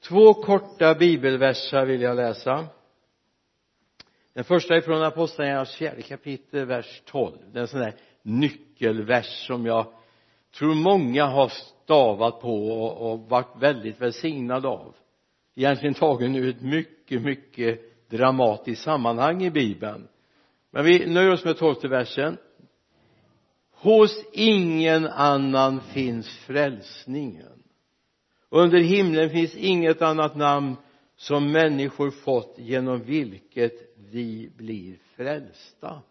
Två korta bibelverser vill jag läsa. Den första är från Apostlagärningarnas 4 kapitel, vers 12. Det är en sån där nyckelvers som jag tror många har stavat på och varit väldigt välsignad av. Egentligen tagen ur ett mycket dramatiskt sammanhang i Bibeln. Men vi nöjer oss med 12:e versen. Hos ingen annan finns frälsningen. Under himlen finns inget annat namn som människor fått genom vilket vi blir frälsta.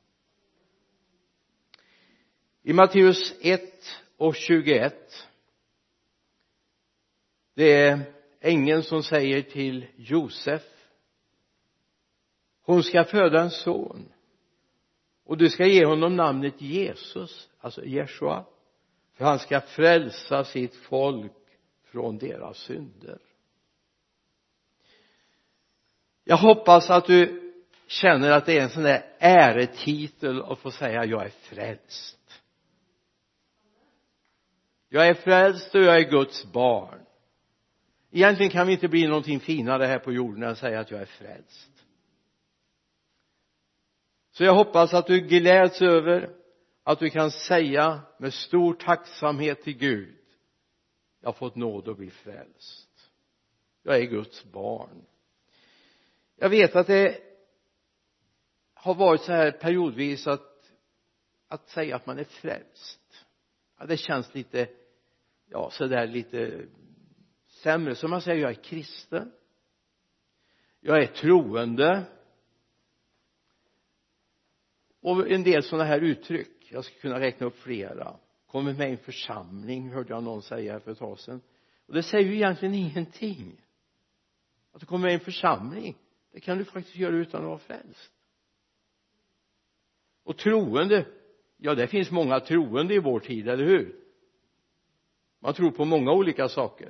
I Matteus 1:21 det är ängeln som säger till Josef: hon ska föda en son och du ska ge honom namnet Jesus, alltså Jeshua, för han ska frälsa sitt folk från deras synder. Jag hoppas att du känner att det är en sån där äretitel att få säga jag är frälst. Jag är frälst och jag är Guds barn. Egentligen kan vi inte bli någonting finare här på jorden än att säga att jag är frälst. Så jag hoppas att du gläds över att du kan säga med stor tacksamhet till Gud: jag har fått nåd att bli frälst. Jag är Guds barn. Jag vet att det har varit så här periodvis att säga att man är frälst. Ja, det känns lite, så där lite sämre. Som man säger, jag är kristen. Jag är troende. Och en del sådana här uttryck. Jag skulle kunna räkna upp flera. Kommer med i en församling, hörde jag någon säga för ett tag sedan. Och det säger ju egentligen ingenting. Att du kommer med i en församling, det kan du faktiskt göra utan att vara frälst. Och troende, det finns många troende i vår tid, eller hur? Man tror på många olika saker.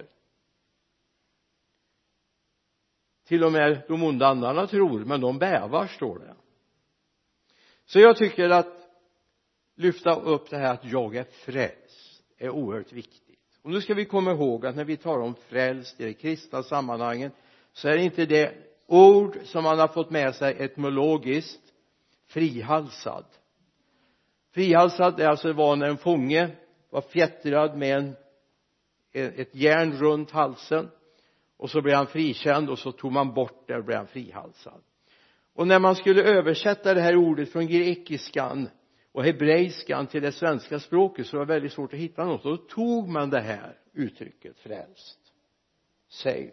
Till och med de onda andarna tror, men de bävar, står det. Så jag tycker att lyfta upp det här att jag är frälst är oerhört viktigt. Och nu ska vi komma ihåg att när vi talar om frälst i det kristna sammanhanget, så är det inte det ord som man har fått med sig etymologiskt frihalsad. Frihalsad är alltså var när en fånge var fjättrad med ett järn runt halsen, och så blev han frikänd och så tog man bort det och blev han frihalsad. Och när man skulle översätta det här ordet från grekiskan och hebreiskan till det svenska språket, så var det väldigt svårt att hitta något. Och då tog man det här uttrycket frälst, saved.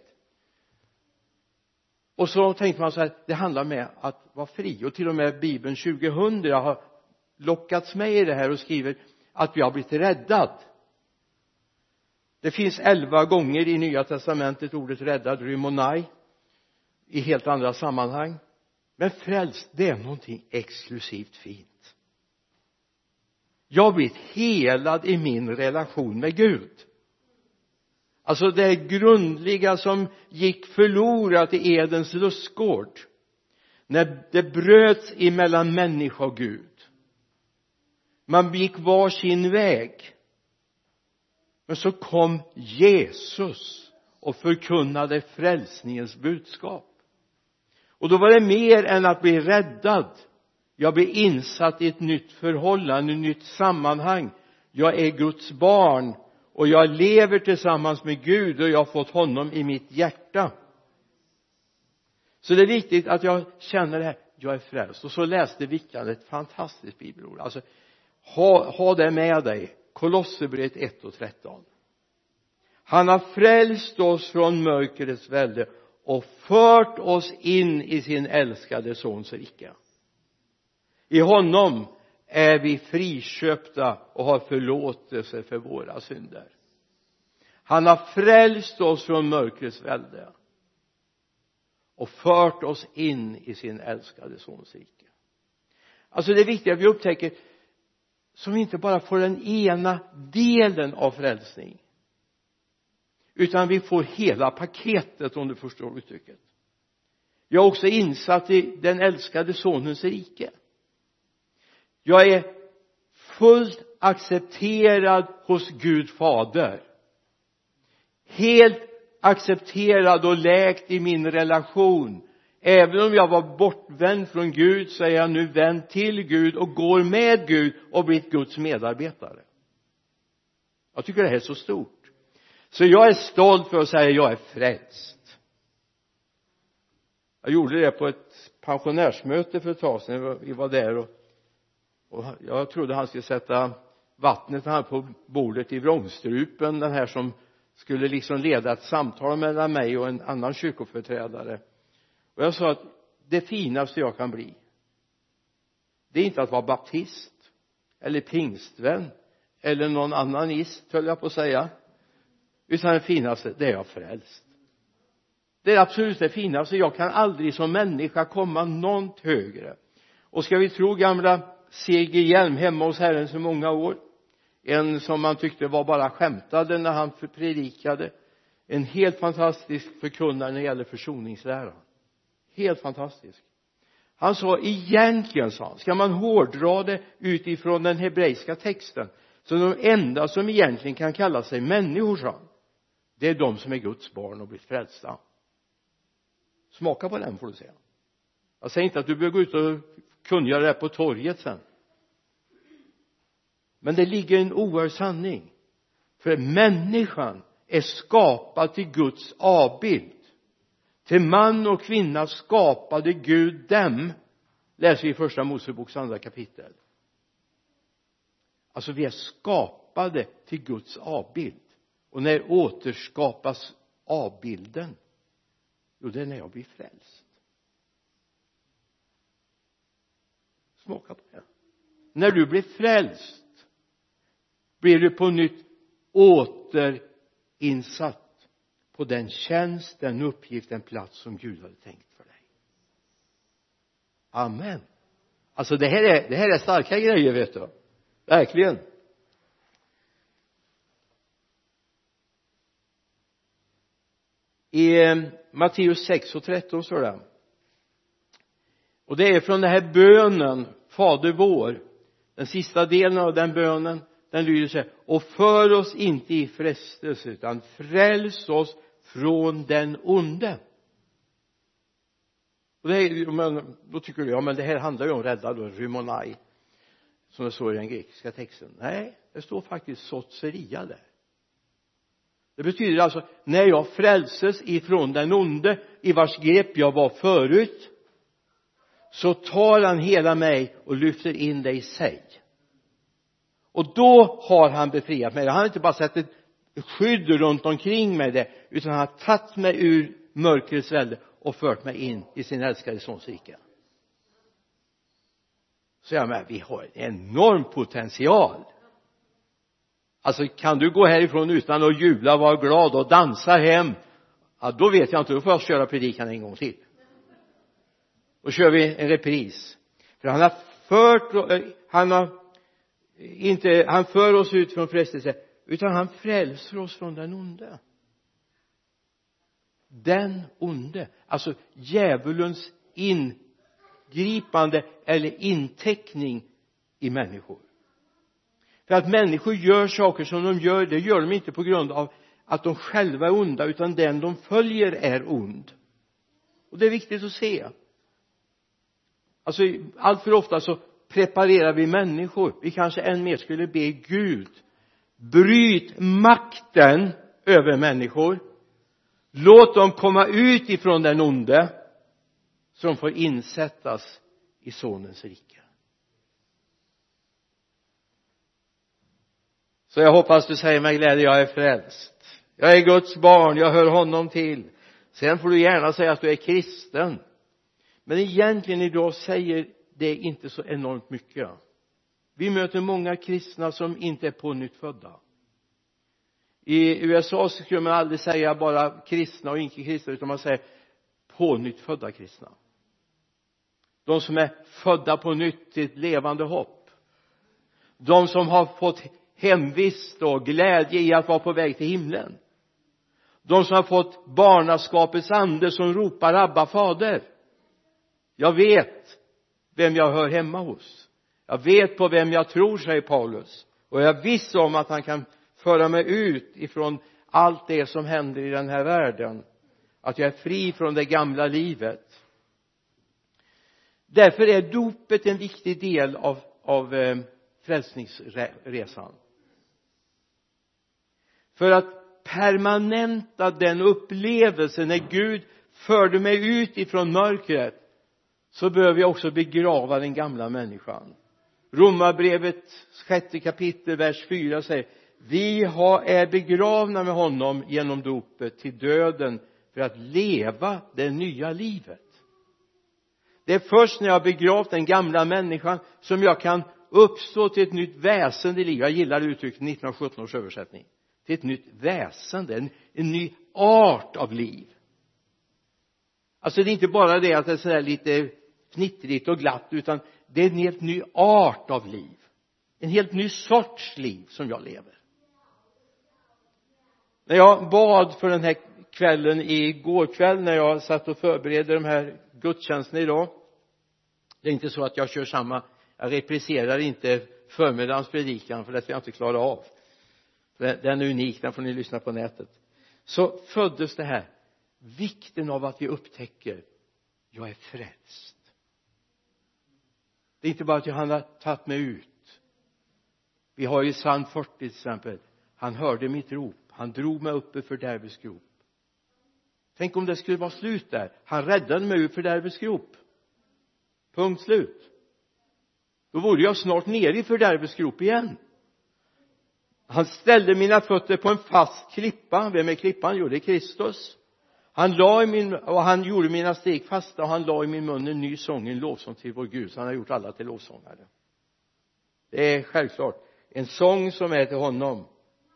Och så tänkte man så här, det handlar med att vara fri. Och till och med Bibeln 2000 har lockats med i det här och skriver att vi har blivit räddad. Det finns 11 gånger i Nya testamentet ordet räddad, rymonai, i helt andra sammanhang. Men frälst, det är någonting exklusivt fint. Jag har blivit helad i min relation med Gud. Alltså det grundliga som gick förlorat i Edens lustgård. När det bröts emellan människa och Gud. Man gick var sin väg. Men så kom Jesus och förkunnade frälsningens budskap. Och då var det mer än att bli räddad. Jag blir insatt i ett nytt förhållande, ett nytt sammanhang. Jag är Guds barn och jag lever tillsammans med Gud och jag har fått honom i mitt hjärta. Så det är viktigt att jag känner det här, jag är frälst. Och så läste Vickan ett fantastiskt bibelord. Alltså ha det med dig. Kolosserbrevet 1:13. Han har frälst oss från mörkrets välde och fört oss in i sin älskade sons rike. I honom är vi friköpta och har förlåtelse för våra synder. Han har frälst oss från mörkrets välde och fört oss in i sin älskade sons rike. Alltså det är viktigt att vi upptäcker, som vi inte bara får den ena delen av frälsning, utan vi får hela paketet, om du förstår uttrycket. Jag är också insatt i den älskade sonens rike. Jag är fullt accepterad hos Gud fader. Helt accepterad och läkt i min relation. Även om jag var bortvänd från Gud så är jag nu vänd till Gud och går med Gud och blivit Guds medarbetare. Jag tycker det här är så stort. Så jag är stolt för att säga att jag är frälst. Jag gjorde det på ett pensionärsmöte för ett tag sedan. Vi var där och jag trodde han skulle sätta vattnet här på bordet i vrångstrupen. Den här som skulle liksom leda ett samtal mellan mig och en annan kyrkoföreträdare. Och jag sa att det finaste jag kan bli, det är inte att vara baptist eller pingstvän eller någon annanist, höll jag på att säga, utan det finaste, det är jag frälst. Det är absolut det finaste. Jag kan aldrig som människa komma något högre. Och ska vi tro gamla C.G. Hjelm hemma hos Herren så många år, en som man tyckte var bara skämtade när han predikade, en helt fantastisk förkunnare när det gäller försoningsläran. Helt fantastisk. Han sa egentligen, ska man hårdra det utifrån den hebreiska texten, så de enda som egentligen kan kalla sig människor, det är de som är Guds barn och blir frälsta. Smaka på den får du säga. Jag säger inte att du behöver gå ut och kungöra det på torget sen. Men det ligger en oerhörd sanning. För människan är skapad till Guds avbild. Till man och kvinna skapade Gud dem. Läser vi i första Moseboks andra kapitel. Alltså vi är skapade till Guds avbild. Och när återskapas avbilden? Jo, det är när jag blir frälst. Smaka på det. När du blir frälst blir du på nytt återinsatt på den tjänst, den uppgift, den plats som Gud hade tänkt för dig. Amen. Alltså det här är starka grejer, vet du. Verkligen. I Matteus 6:13 står det. Och det är från den här bönen, Fader vår. Den sista delen av den bönen, den lyder så här: och för oss inte i frestelse, utan fräls oss från den onde. Och det är, men då tycker du, ja men det här handlar ju om rädda då, rymonai, som det står i den grekiska texten. Nej, det står faktiskt soteria där. Det betyder alltså, när jag frälses ifrån den onde, i vars grepp jag var förut, så tar han hela mig och lyfter in det i sig. Och då har han befriat mig. Han har inte bara sett ett skydd runt omkring mig det, utan han har tagit mig ur mörkrets välde och fört mig in i sin älskade sons rike. Så jag menar, vi har en enorm potential. Alltså kan du gå härifrån utan att jubla, vara glad och dansa hem, ja, då vet jag inte, då får jag köra predikan en gång till. Och kör vi en repris. För han för oss ut från frestelse, utan han frälser oss från den onde. Den onde, alltså djävulens ingripande eller inteckning i människor. För att människor gör saker som de gör, det gör de inte på grund av att de själva är onda, utan den de följer är ond. Och det är viktigt att se. Alltså allt för ofta så preparerar vi människor. Vi kanske än mer skulle be Gud: bryt makten över människor. Låt dem komma ut ifrån den onde, så de får insättas i sonens rike. Så jag hoppas du säger med glädje: jag är frälst. Jag är Guds barn, jag hör honom till. Sen får du gärna säga att du är kristen. Men egentligen idag säger det inte så enormt mycket. Vi möter många kristna som inte är på nytt födda. I USA så skulle man aldrig säga bara kristna och inte kristna, utan man säger på nytt födda kristna. De som är födda på nytt till ett levande hopp. De som har fått hemvist och glädje i att vara på väg till himlen. De som har fått barnaskapets ande som ropar Abba fader. Jag vet vem jag hör hemma hos. Jag vet på vem jag tror, säger Paulus. Och jag är viss om att han kan föra mig ut ifrån allt det som händer i den här världen. Att jag är fri från det gamla livet. Därför är dopet en viktig del av frälsningsresan. För att permanenta den upplevelsen när Gud förde mig ut ifrån mörkret, så behöver jag också begrava den gamla människan. Romarbrevet 6 kapitel vers 4 säger: vi är begravna med honom genom dopet till döden för att leva det nya livet. Det är först när jag har begravt den gamla människan som jag kan uppstå till ett nytt väsen i livet. Jag gillar uttrycket 1917 års översättning. Till ett nytt väsen, en ny art av liv. Alltså det är inte bara det att det är så där lite fnittrigt och glatt, utan det är en helt ny art av liv. En helt ny sorts liv som jag lever. När jag bad för den här kvällen igår kväll, när jag satt och förberedde de här gudstjänsterna idag. Det är inte så att jag kör jag repriserar inte förmiddagens predikan, för det ska jag inte klara av. Den är unik, den får ni lyssna på nätet. Så föddes det här. Vikten av att vi upptäcker: jag är frälst. Det är inte bara att han har tagit mig ut. Vi har ju psalm 40 till exempel. Han hörde mitt rop. Han drog mig upp ur fördärvets grop. Tänk om det skulle vara slut där. Han räddade mig ur fördärvets grop. Punkt slut. Då vore jag snart nere i fördärvets grop igen. Han ställde mina fötter på en fast klippa. Vem är klippan? Jo, det är Kristus. Han gjorde mina steg fasta, och han la i min mun en ny sång, en lovsång till vår Gud. Så han har gjort alla till lovsångare. Det är självklart en sång som är till honom.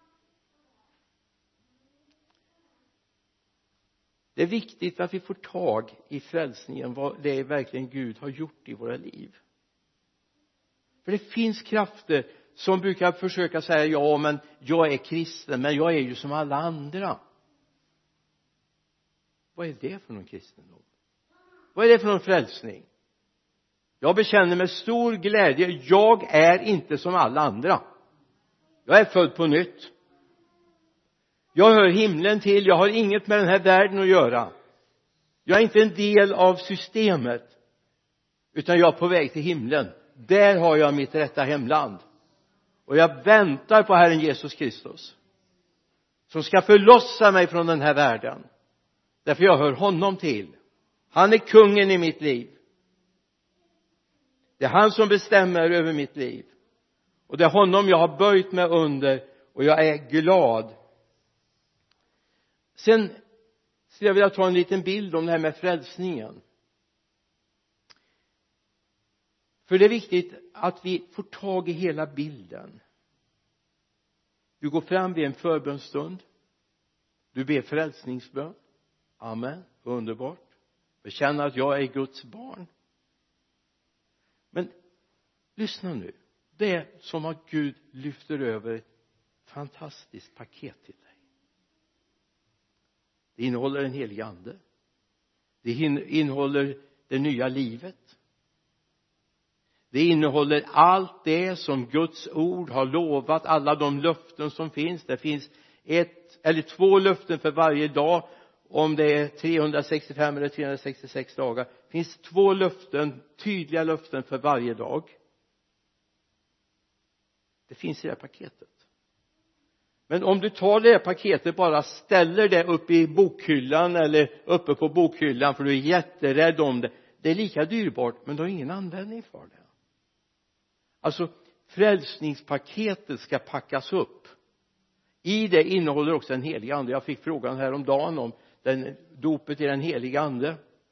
Det är viktigt att vi får tag i frälsningen, vad det är verkligen Gud har gjort i våra liv. För det finns krafter som brukar försöka säga: ja, men jag är kristen, men jag är ju som alla andra. Vad är det för någon kristendom? Vad är det för någon frälsning? Jag bekänner med stor glädje: jag är inte som alla andra. Jag är född på nytt. Jag hör himlen till. Jag har inget med den här världen att göra. Jag är inte en del av systemet, utan jag är på väg till himlen. Där har jag mitt rätta hemland. Och jag väntar på Herren Jesus Kristus, som ska förlossa mig från den här världen. Därför jag hör honom till. Han är kungen i mitt liv. Det är han som bestämmer över mitt liv. Och det är honom jag har böjt mig under. Och jag är glad. Sen skulle jag vilja ta en liten bild om det här med frälsningen. För det är viktigt att vi får tag i hela bilden. Du går fram vid en förbönstund. Du ber frälsningsbön. Amen, underbart. Bekänna att jag är Guds barn. Men lyssna nu. Det är som att Gud lyfter över ett fantastiskt paket till dig. Det innehåller en helig ande. Det innehåller det nya livet. Det innehåller allt det som Guds ord har lovat. Alla de löften som finns. Det finns 1 eller 2 löften för varje dag. Om det är 365 eller 366 dagar. Det finns 2 löften, tydliga löften för varje dag. Det finns i det här paketet. Men om du tar det här paketet, bara ställer det upp i bokhyllan eller uppe på bokhyllan, för du är jätterädd om det. Det är lika dyrbart, men du har ingen användning för det. Alltså, frälsningspaketet ska packas upp. I det innehåller också en helig ande. Jag fick frågan häromdagen om dopet i den heliga ande.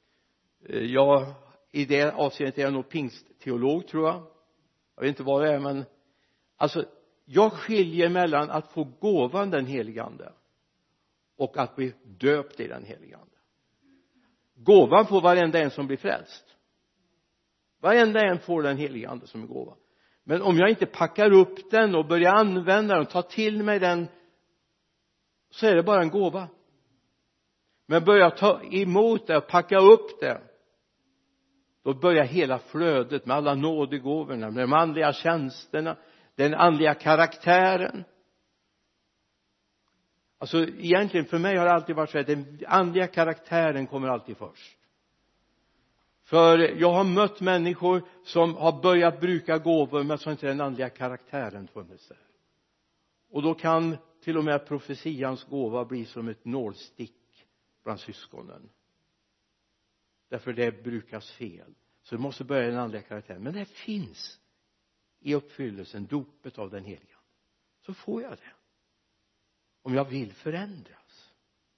I det avseendet är jag nog pingstteolog, tror jag. Jag vet inte vad det är, men alltså, jag skiljer mellan att få gåvan den heliga ande och att bli döpt i den heliga ande. Gåvan får varenda en som blir frälst. Varenda en får den heliga ande som är gåva. Men om jag inte packar upp den och börjar använda den och tar till mig den, så är det bara en gåva. Men börjar ta emot det och packa upp det, då börjar hela flödet med alla nådegåvorna, med de andliga tjänsterna, den andliga karaktären. Alltså egentligen för mig har det alltid varit så att den andliga karaktären kommer alltid först. För jag har mött människor som har börjat bruka gåvor men så har inte den andliga karaktären funnits där. Och då kan till och med profetians gåva bli som ett nålstick bland syskonen. Därför det brukas fel. Så det måste börja den andliga karaktären. Men det finns i uppfyllelsen dopet av den heliga. Så får jag det. Om jag vill förändras.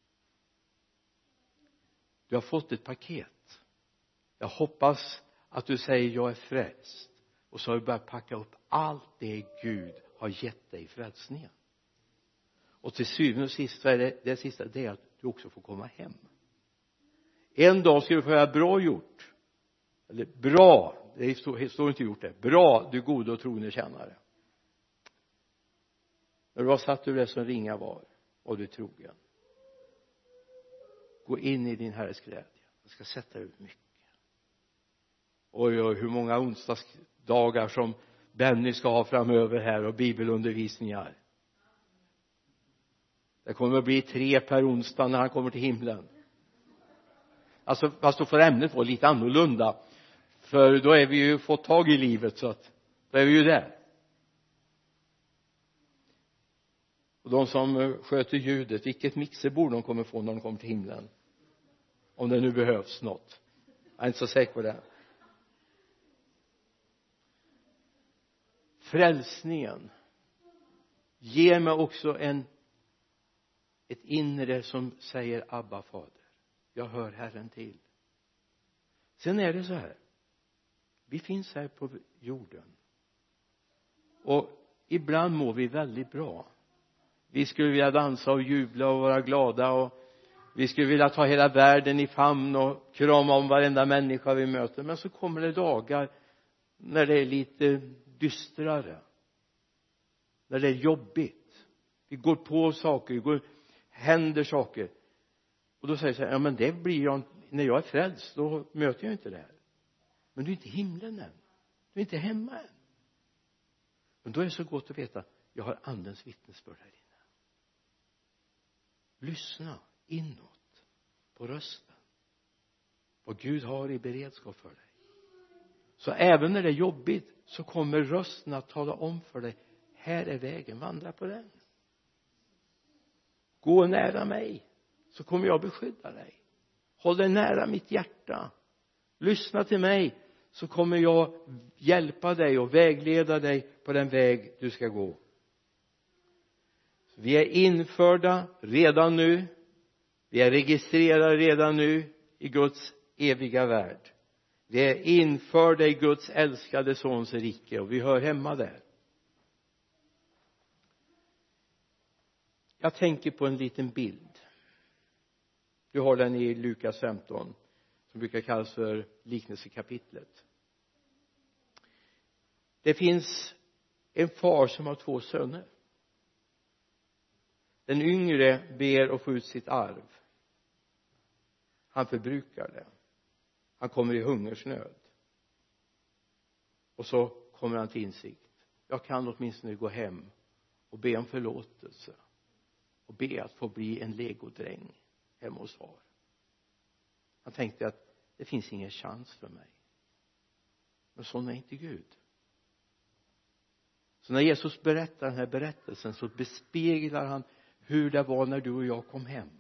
Du har fått ett paket. Jag hoppas att du säger jag är frälst. Och så har du börjat packa upp allt det Gud har gett dig i frälsningen. Och till syvende och sist så är det sista det är att du också får komma hem. En dag ska du få göra bra gjort. Eller bra, det står inte gjort det. Bra, du gode och troende tjänare. När du har satt ur det som ringa var och du är trogen. Gå in i din Herres glädje. Jag ska sätta ut mycket. Oj, hur många onsdagsdagar som Benny ska ha framöver här och bibelundervisningar. Det kommer att bli 3 per onsdag när han kommer till himlen. Alltså fast då får ämnet vara lite annorlunda. För då är vi ju fått tag i livet så att då är vi ju där. Och de som sköter ljudet, vilket mixerbord de kommer få när de kommer till himlen. Om det nu behövs något. Jag är inte så säker på det. Frälsningen ger mig också ett inre som säger Abba fader. Jag hör Herren till. Sen är det så här. Vi finns här på jorden. Och ibland mår vi väldigt bra. Vi skulle vilja dansa och jubla och vara glada. Och vi skulle vilja ta hela världen i famn och krama om varenda människa vi möter. Men så kommer det dagar när det är lite dystrare. När det är jobbigt. Vi går på saker, händer saker. Och då säger jag så här, ja men det blir jag, när jag är frälst då möter jag inte det här. Men du är inte i himlen än. Du är inte hemma än. Men då är det så gott att veta, jag har andens vittnesbörd här inne. Lyssna inåt på rösten. Vad Gud har i beredskap för dig. Så även när det är jobbigt så kommer rösten att tala om för dig, här är vägen, vandra på den. Gå nära mig så kommer jag beskydda dig. Håll dig nära mitt hjärta. Lyssna till mig så kommer jag hjälpa dig och vägleda dig på den väg du ska gå. Vi är införda redan nu. Vi är registrerade redan nu i Guds eviga värld. Vi är införda i Guds älskade sons rike och vi hör hemma där. Jag tänker på en liten bild. Du har den i Lukas 15 som brukar kallas för liknelsekapitlet. Det finns en far som har 2 söner. Den yngre ber att få ut sitt arv. Han förbrukar det. Han kommer i hungersnöd. Och så kommer han till insikt. Jag kan åtminstone gå hem och be om förlåtelse. Och be att få bli en legodräng hemma hos far. Han tänkte att det finns ingen chans för mig. Men sån är inte Gud. Så när Jesus berättar den här berättelsen så bespeglar han hur det var när du och jag kom hem.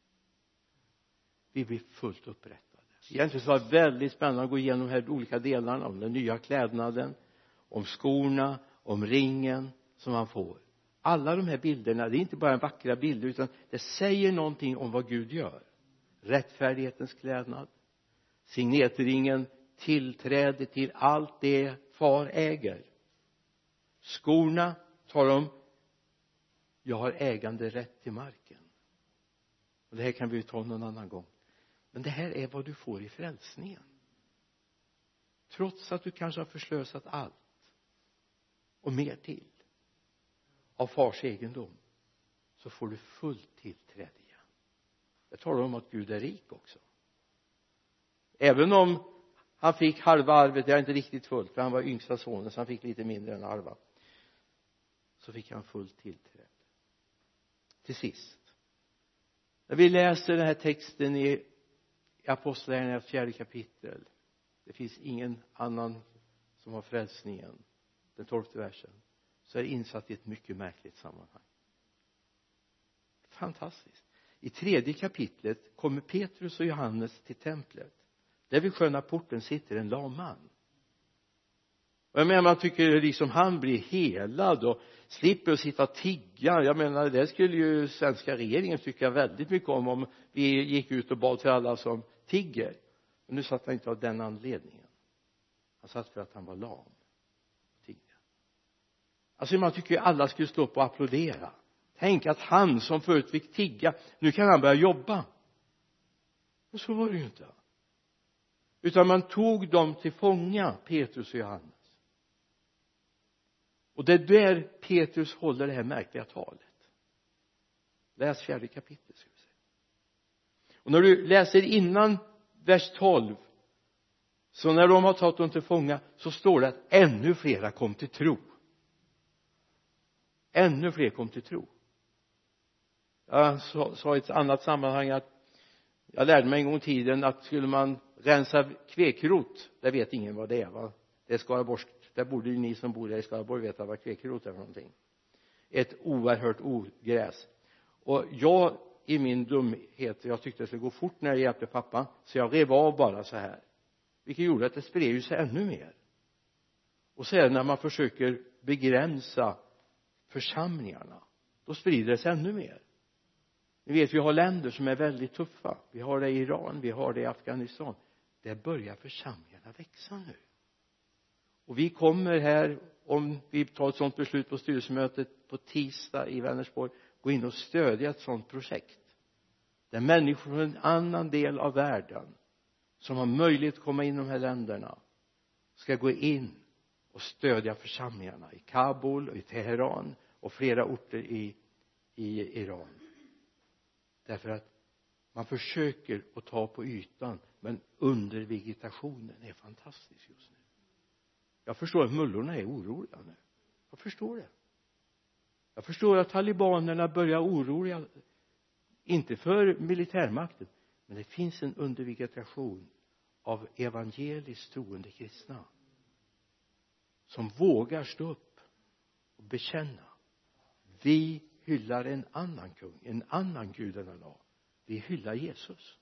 Vi blir fullt upprättade. Egentligen så var det väldigt spännande att gå igenom de här olika delarna om den nya klädnaden, om skorna, om ringen som han får. Alla de här bilderna, det är inte bara vackra bilder utan det säger någonting om vad Gud gör. Rättfärdighetens klädnad, signetringen, tillträde till allt det far äger. Skorna tar om, jag har ägande rätt till marken. Och det här kan vi ta någon annan gång. Men det här är vad du får i frälsningen. Trots att du kanske har förslösat allt och mer till av fars egendom så får du fullt tillträde igen. Jag talar om att Gud är rik också. Även om han fick halva arvet, det är inte riktigt fullt för han var yngsta sonen så han fick lite mindre än halva. Så fick han fullt tillträde. Till sist. När vi läser den här texten i Apostlagärningarnas 4:e kapitel, det finns ingen annan som har frälsningen, den 12:e versen, så är det insatt i ett mycket märkligt sammanhang. Fantastiskt. I 3:e kapitlet kommer Petrus och Johannes till templet. Där vid sköna porten sitter en lam man. Och jag menar, man tycker liksom han blir helad och slipper att sitta och tigga. Jag menar, det skulle ju svenska regeringen tycka väldigt mycket om vi gick ut och bad för alla som tigger. Men nu satt han inte av den anledningen. Han satt för att han var lam. Alltså man tycker ju alla skulle stå upp och applådera. Tänk att han som förut fick tigga, nu kan han börja jobba. Och så var det ju inte. Utan man tog dem till fånga, Petrus och Johannes. Och det är där Petrus håller det här märkliga talet. Läs 4:e kapitlet, ska vi säga. Och när du läser innan vers 12, så när de har tagit dem till fånga, så står det att ännu flera kom till tro. Ännu fler kom till tro. Jag sa i ett annat sammanhang att jag lärde mig en gång i tiden att skulle man rensa kvekrot, det vet ingen vad det är, va? Det är Skaraborgs, där borde ju ni som bor där i Skaraborg veta vad kvekrot är för någonting. Ett oerhört ogräs. Och jag i min dumhet, jag tyckte det skulle gå fort när jag hjälpte pappa, så jag rev av bara så här. Vilket gjorde att det spred ju sig ännu mer. Och sen när man försöker begränsa församlingarna, då sprider det sig ännu mer. Ni vet, vi har länder som är väldigt tuffa. Vi har det i Iran, vi har det i Afghanistan. Där börjar församlingarna växa nu. Och vi kommer här, om vi tar ett sådant beslut på styrelsemötet på tisdag i Vänersborg, gå in och stödja ett sådant projekt. Där människor från en annan del av världen som har möjlighet att komma in i de här länderna ska gå in och stödja församlingarna i Kabul och i Teheran och flera orter i Iran. Därför att man försöker att ta på ytan, men under vegetationen är fantastisk just nu. Jag förstår att mullorna är oroliga nu. Jag förstår det. Jag förstår att talibanerna börjar oroliga, inte för militärmakten, men det finns en undervegetation av evangeliskt troende kristna som vågar stå upp och bekänna: vi hyllar en annan kung, en annan gud än Allah. Vi hyllar Jesus.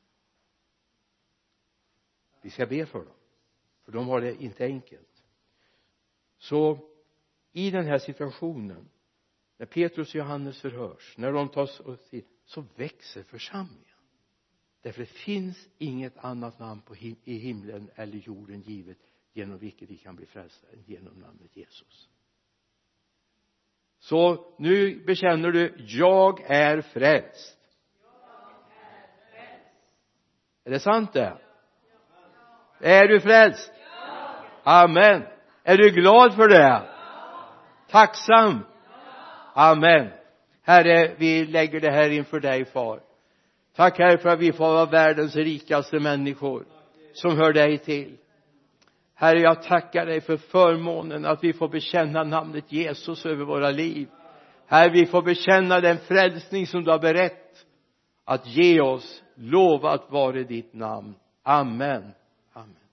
Vi ska be för dem, för de har det inte enkelt. Så i den här situationen, när Petrus och Johannes förhörs, när de tas så växer församlingen. Därför det finns inget annat namn i himlen eller jorden givet genom vilket vi kan bli frälsta än genom namnet Jesus. Så nu bekänner du: jag är frälst. Är det sant det? Är du frälst? Amen. Är du glad för det? Tacksam? Amen. Herre, vi lägger det här inför dig, far. Tack, Herre, för att vi får vara världens rikaste människor som hör dig till. Herre, jag tackar dig för förmånen att vi får bekänna namnet Jesus över våra liv. Herre, vi får bekänna den frälsning som du har berett att ge oss. Lovat vare ditt namn. Amen. Amen.